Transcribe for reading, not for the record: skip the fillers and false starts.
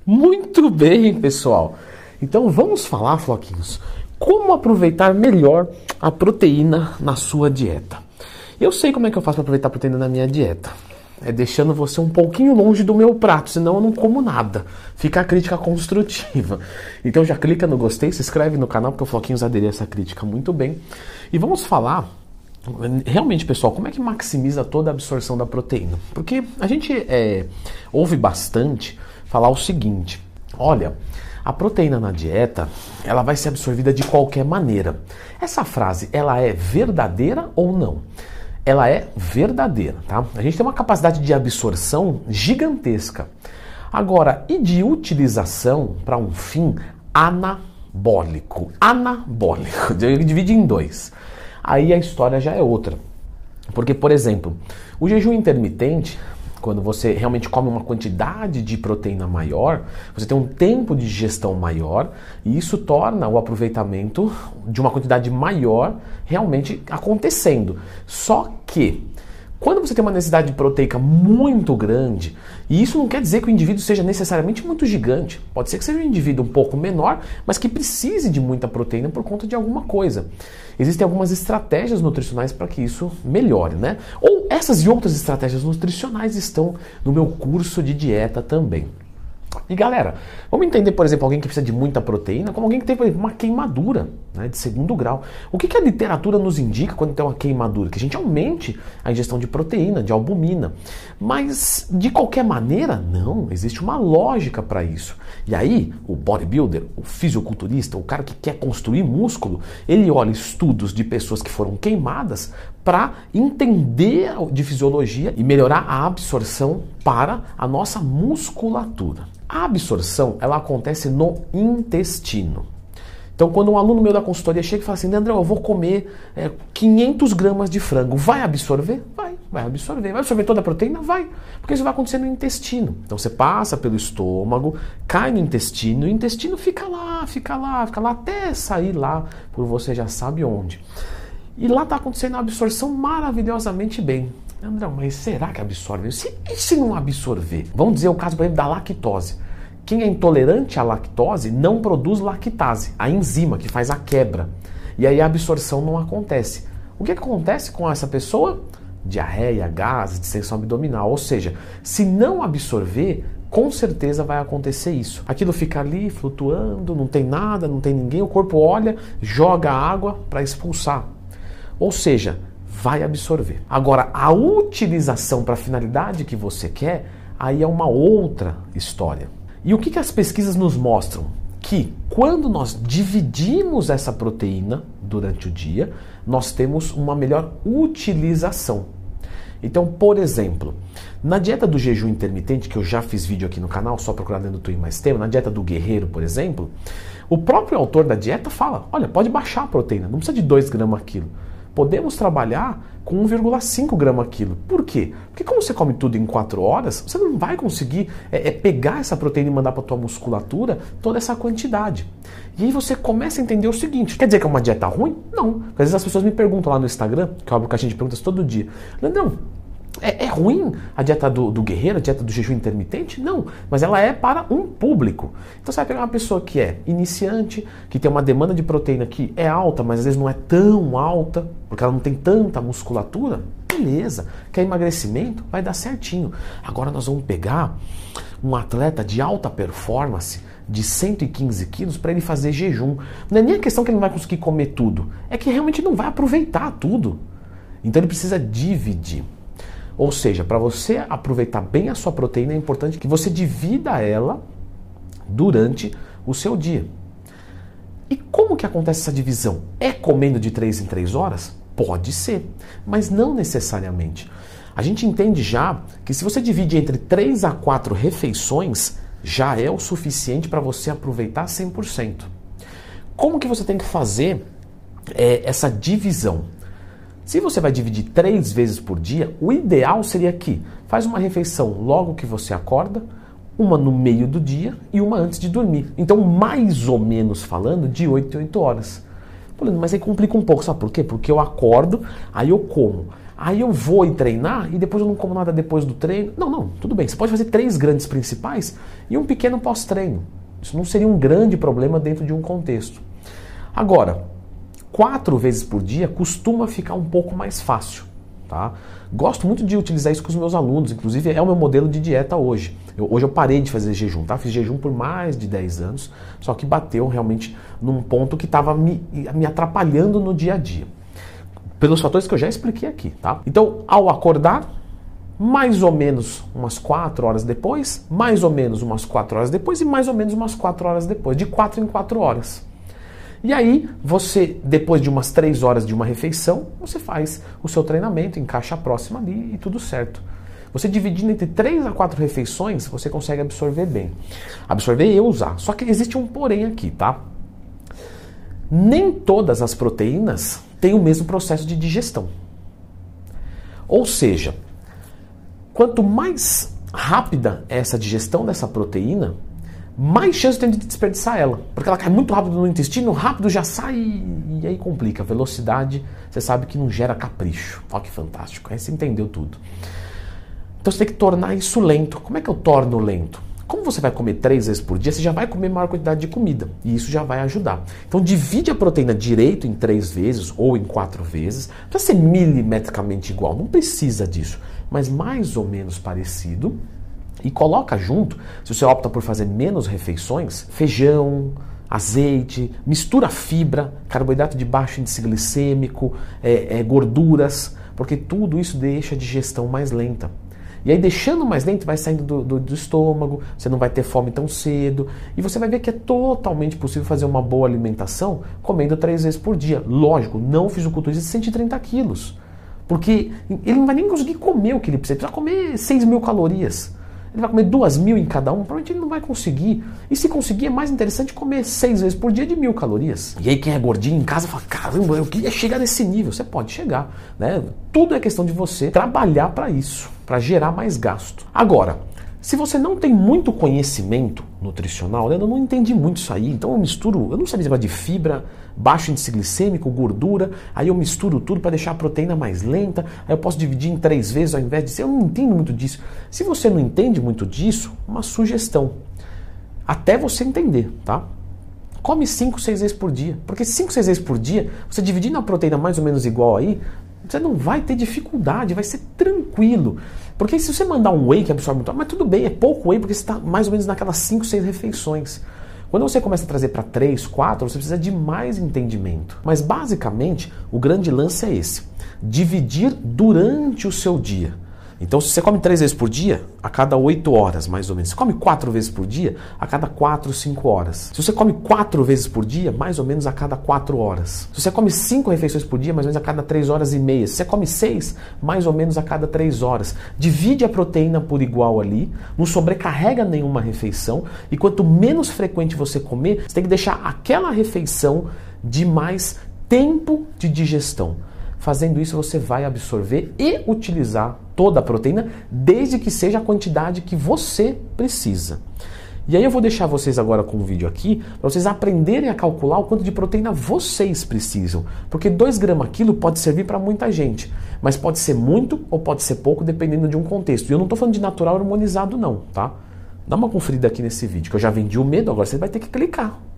Muito bem, pessoal. Então vamos falar, floquinhos, como aproveitar melhor a proteína na sua dieta. Eu sei como é que eu faço para aproveitar a proteína na minha dieta. É deixando você um pouquinho longe do meu prato, senão eu não como nada. Fica a crítica construtiva. Então já clica no gostei, se inscreve no canal, porque o Floquinhos aderiu a essa crítica muito bem. E vamos falar, realmente, pessoal, como é que maximiza toda a absorção da proteína? Porque a gente ouve bastante falar o seguinte: olha, a proteína na dieta, ela vai ser absorvida de qualquer maneira. Essa frase, ela é verdadeira ou não? Ela é verdadeira, tá? A gente tem uma capacidade de absorção gigantesca. Agora, e de utilização para um fim anabólico? Anabólico, divide em dois. Aí a história já é outra. Porque, por exemplo, o jejum intermitente, quando você realmente come uma quantidade de proteína maior, você tem um tempo de digestão maior e isso torna o aproveitamento de uma quantidade maior realmente acontecendo. Só que, quando você tem uma necessidade proteica muito grande, e isso não quer dizer que o indivíduo seja necessariamente muito gigante, pode ser que seja um indivíduo um pouco menor, mas que precise de muita proteína por conta de alguma coisa. Existem algumas estratégias nutricionais para que isso melhore, né? Ou essas e outras estratégias nutricionais estão no meu curso de dieta também. E galera, vamos entender, por exemplo, alguém que precisa de muita proteína como alguém que tem, por exemplo, uma queimadura, né, de 2º grau. O que a literatura nos indica quando tem uma queimadura? Que a gente aumente a ingestão de proteína, de albumina. Mas, de qualquer maneira, não. Existe uma lógica para isso. E aí, o bodybuilder, o fisiculturista, o cara que quer construir músculo, ele olha estudos de pessoas que foram queimadas para entender de fisiologia e melhorar a absorção para a nossa musculatura. A absorção, ela acontece no intestino. Então, quando um aluno meu da consultoria chega e fala assim: André, eu vou comer 500 gramas de frango, vai absorver? Vai absorver. Vai absorver toda a proteína? Vai. Porque isso vai acontecer no intestino. Então, você passa pelo estômago, cai no intestino, e o intestino fica lá, até sair lá por você já sabe onde. E lá está acontecendo a absorção maravilhosamente bem. André, mas será que absorve? E se não absorver? Vamos dizer o caso, por exemplo, da lactose. Quem é intolerante à lactose não produz lactase, a enzima que faz a quebra. E aí a absorção não acontece. O que acontece com essa pessoa? Diarreia, gases, distensão abdominal. Ou seja, se não absorver, com certeza vai acontecer isso. Aquilo fica ali flutuando, não tem nada, não tem ninguém, o corpo olha, joga água para expulsar. Ou seja, vai absorver. Agora, a utilização para a finalidade que você quer, aí é uma outra história. E o que as pesquisas nos mostram? Que quando nós dividimos essa proteína durante o dia, nós temos uma melhor utilização. Então, por exemplo, na dieta do jejum intermitente, que eu já fiz vídeo aqui no canal, só procurar dentro do Twin Mais Tema, na dieta do guerreiro, por exemplo, o próprio autor da dieta fala: olha, pode baixar a proteína, não precisa de 2 gramas quilo. Podemos trabalhar com 1,5 grama quilo. Por quê? Porque como você come tudo em 4 horas, você não vai conseguir pegar essa proteína e mandar para a tua musculatura toda essa quantidade. E aí você começa a entender o seguinte: quer dizer que é uma dieta ruim? Não. Porque às vezes as pessoas me perguntam lá no Instagram, que eu abro caixinha de perguntas todo dia: Leandrão, é ruim a dieta do guerreiro, a dieta do jejum intermitente? Não, mas ela é para um público. Então você vai pegar uma pessoa que é iniciante, que tem uma demanda de proteína que é alta, mas às vezes não é tão alta, porque ela não tem tanta musculatura. Beleza, quer emagrecimento? Vai dar certinho. Agora nós vamos pegar um atleta de alta performance, de 115 quilos, para ele fazer jejum. Não é nem a questão que ele não vai conseguir comer tudo, é que realmente não vai aproveitar tudo. Então ele precisa dividir. Ou seja, para você aproveitar bem a sua proteína, é importante que você divida ela durante o seu dia. E como que acontece essa divisão? É comendo de 3 em 3 horas? Pode ser, mas não necessariamente. A gente entende já que se você divide entre 3 a 4 refeições, já é o suficiente para você aproveitar 100%. Como que você tem que fazer essa divisão? Se você vai dividir 3 vezes por dia, o ideal seria que faz uma refeição logo que você acorda, uma no meio do dia e uma antes de dormir. Então, mais ou menos falando, de 8 em 8 horas. Mas aí complica um pouco, sabe por quê? Porque eu acordo, aí eu como. Aí eu vou treinar e depois eu não como nada depois do treino. Não, tudo bem. Você pode fazer 3 grandes principais e um pequeno pós-treino. Isso não seria um grande problema dentro de um contexto. Agora, 4 vezes por dia costuma ficar um pouco mais fácil. Tá? Gosto muito de utilizar isso com os meus alunos, inclusive é o meu modelo de dieta hoje. Hoje eu parei de fazer jejum, tá? Fiz jejum por mais de 10 anos, só que bateu realmente num ponto que estava me atrapalhando no dia a dia. Pelos fatores que eu já expliquei aqui, tá? Então, ao acordar, mais ou menos umas 4 horas depois, mais ou menos umas 4 horas depois e mais ou menos umas 4 horas depois, de 4 em 4 horas. E aí, você, depois de umas 3 horas de uma refeição, você faz o seu treinamento, encaixa a próxima ali e tudo certo. Você dividindo entre 3 a 4 refeições, você consegue absorver bem. Absorver e usar. Só que existe um porém aqui, tá? Nem todas as proteínas têm o mesmo processo de digestão. Ou seja, quanto mais rápida é essa digestão dessa proteína, mais chance tem de desperdiçar ela. Porque ela cai muito rápido no intestino, rápido já sai e aí complica. Velocidade, você sabe que não gera capricho. Olha que fantástico, aí você entendeu tudo. Então você tem que tornar isso lento. Como é que eu torno lento? Como você vai comer 3 vezes por dia, você já vai comer maior quantidade de comida. E isso já vai ajudar. Então divide a proteína direito em 3 vezes ou em 4 vezes. Não precisa ser milimetricamente igual, não precisa disso. Mas mais ou menos parecido. E coloca junto, se você opta por fazer menos refeições, feijão, azeite, mistura fibra, carboidrato de baixo índice glicêmico, gorduras, porque tudo isso deixa a digestão mais lenta. E aí deixando mais lento vai saindo do estômago, você não vai ter fome tão cedo e você vai ver que é totalmente possível fazer uma boa alimentação comendo 3 vezes por dia. Lógico, não o fisiculturista de 130 quilos, porque ele não vai nem conseguir comer o que ele precisa comer 6.000 calorias. Ele vai comer 2.000 em cada um, provavelmente ele não vai conseguir. E se conseguir, é mais interessante comer 6 vezes por dia de 1.000 calorias. E aí quem é gordinho em casa fala, caramba, eu queria chegar nesse nível. Você pode chegar, né? Tudo é questão de você trabalhar para isso, para gerar mais gasto. Agora, se você não tem muito conhecimento nutricional, eu não entendi muito isso aí, então eu não sabia de fibra, baixo índice glicêmico, gordura, aí eu misturo tudo para deixar a proteína mais lenta, aí eu posso dividir em 3 vezes ao invés de ser, eu não entendo muito disso. Se você não entende muito disso, uma sugestão, até você entender, tá? Come 5, 6 vezes por dia, porque 5, 6 vezes por dia, você dividindo a proteína mais ou menos igual aí, você não vai ter dificuldade, vai ser tranquilo. Porque se você mandar um whey que absorve muito, mas tudo bem, é pouco whey porque você está mais ou menos naquelas 5, 6 refeições. Quando você começa a trazer para 3, 4, você precisa de mais entendimento. Mas basicamente, o grande lance é esse. Dividir durante o seu dia. Então, se você come 3 vezes por dia, a cada 8 horas, mais ou menos. Se come 4 vezes por dia, a cada 4, 5 horas. Se você come 4 vezes por dia, mais ou menos a cada 4 horas. Se você come 5 refeições por dia, mais ou menos a cada 3 horas e meia. Se você come 6, mais ou menos a cada 3 horas. Divide a proteína por igual ali, não sobrecarrega nenhuma refeição. E quanto menos frequente você comer, você tem que deixar aquela refeição de mais tempo de digestão. Fazendo isso, você vai absorver e utilizar toda a proteína, desde que seja a quantidade que você precisa. E aí eu vou deixar vocês agora com um vídeo aqui, para vocês aprenderem a calcular o quanto de proteína vocês precisam. Porque 2 gramas quilo pode servir para muita gente, mas pode ser muito ou pode ser pouco, dependendo de um contexto. E eu não estou falando de natural hormonizado não, tá? Dá uma conferida aqui nesse vídeo, que eu já vendi o medo, agora você vai ter que clicar.